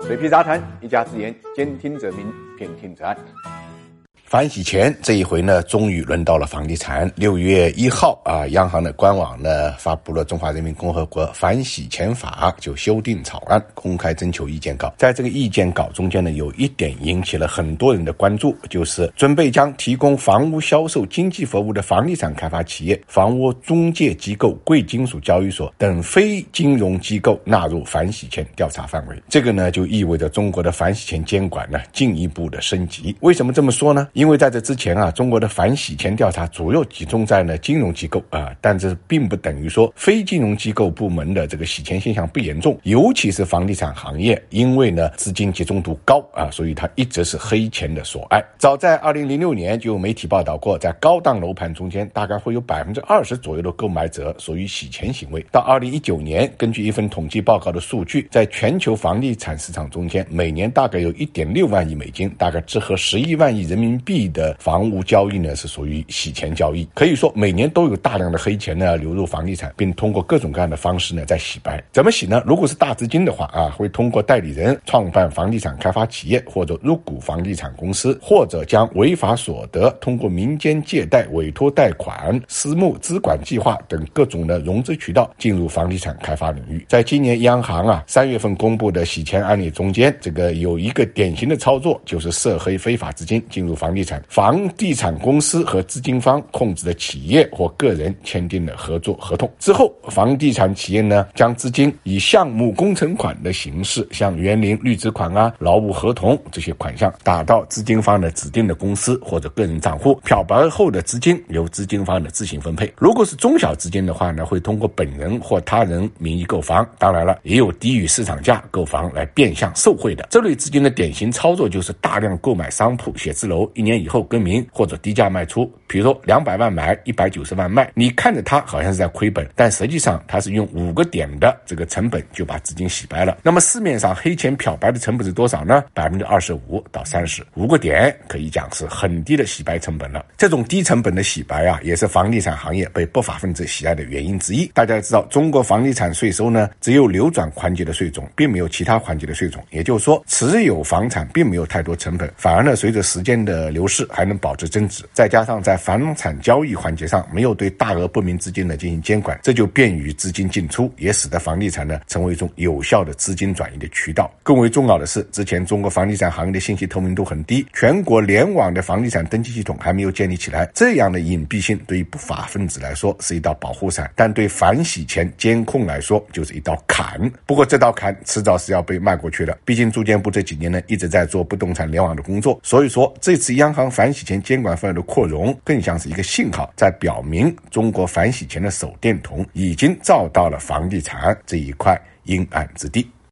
水皮杂谈，一家之言，兼听则明，偏听则暗。 反洗钱这一回呢，终于轮到了房地产。6月1号央行的官网呢发布了《中华人民共和国反洗钱法》就修订草案公开征求意见稿。在这个意见稿中间呢，有一点引起了很多人的关注，就是准备将提供房屋销售经纪服务的房地产开发企业、房屋中介机构、贵金属交易所等非金融机构纳入反洗钱调查范围。这个呢，就意味着中国的反洗钱监管呢进一步的升级。为什么这么说呢？因为在这之前中国的反洗钱调查主要集中在呢金融机构但这并不等于说非金融机构部门的这个洗钱现象不严重，尤其是房地产行业，因为呢资金集中度高所以它一直是黑钱的所爱。早在2006年就有媒体报道过，在高档楼盘中间大概会有 20% 左右的购买者属于洗钱行为。到2019年，根据一份统计报告的数据，在全球房地产市场中间，每年大概有 1.6 万亿美金，大概折合11万亿人民币的房屋交易呢是属于洗钱交易。可以说每年都有大量的黑钱呢流入房地产，并通过各种各样的方式呢在洗白。怎么洗呢？如果是大资金的话会通过代理人创办房地产开发企业，或者入股房地产公司，或者将违法所得通过民间借贷、委托贷款、私募资管计划等各种的融资渠道进入房地产开发领域。在今年央行3月份公布的洗钱案例中间，这个有一个典型的操作，就是涉黑非法资金进入房地产公司和资金方控制的企业或个人签订了合作合同之后，房地产企业呢将资金以项目工程款的形式，像园林绿植款劳务合同这些款项打到资金方的指定的公司或者个人账户，漂白后的资金由资金方的自行分配。如果是中小资金的话呢，会通过本人或他人名义购房，当然了，也有低于市场价购房来变相受贿的。这类资金的典型操作就是大量购买商铺、写字楼，1年以后更名或者低价卖出，比如说200万买190万卖，你看着它好像是在亏本，但实际上它是用5个点的这个成本就把资金洗白了。那么市面上黑钱漂白的成本是多少呢？25%到30%，5个点可以讲是很低的洗白成本了。这种低成本的洗白也是房地产行业被不法分子喜爱的原因之一。大家知道，中国房地产税收呢只有流转环节的税种，并没有其他环节的税种，也就是说持有房产并没有太多成本，反而呢随着时间的流逝还能保值增值。再加上在房产交易环节上没有对大额不明资金呢进行监管，这就便于资金进出，也使得房地产呢成为一种有效的资金转移的渠道。更为重要的是，之前中国房地产行业的信息透明度很低，全国联网的房地产登记系统还没有建立起来，这样的隐蔽性对于不法分子来说是一道保护伞，但对反洗钱监控来说就是一道坎。不过这道坎迟早是要被迈过去的，毕竟住建部这几年呢一直在做不动产联网的工作，所以说这次央行反洗钱监管范围的扩容更像是一个信号，在表明中国反洗钱的手电筒已经照到了房地产这一块阴暗之地。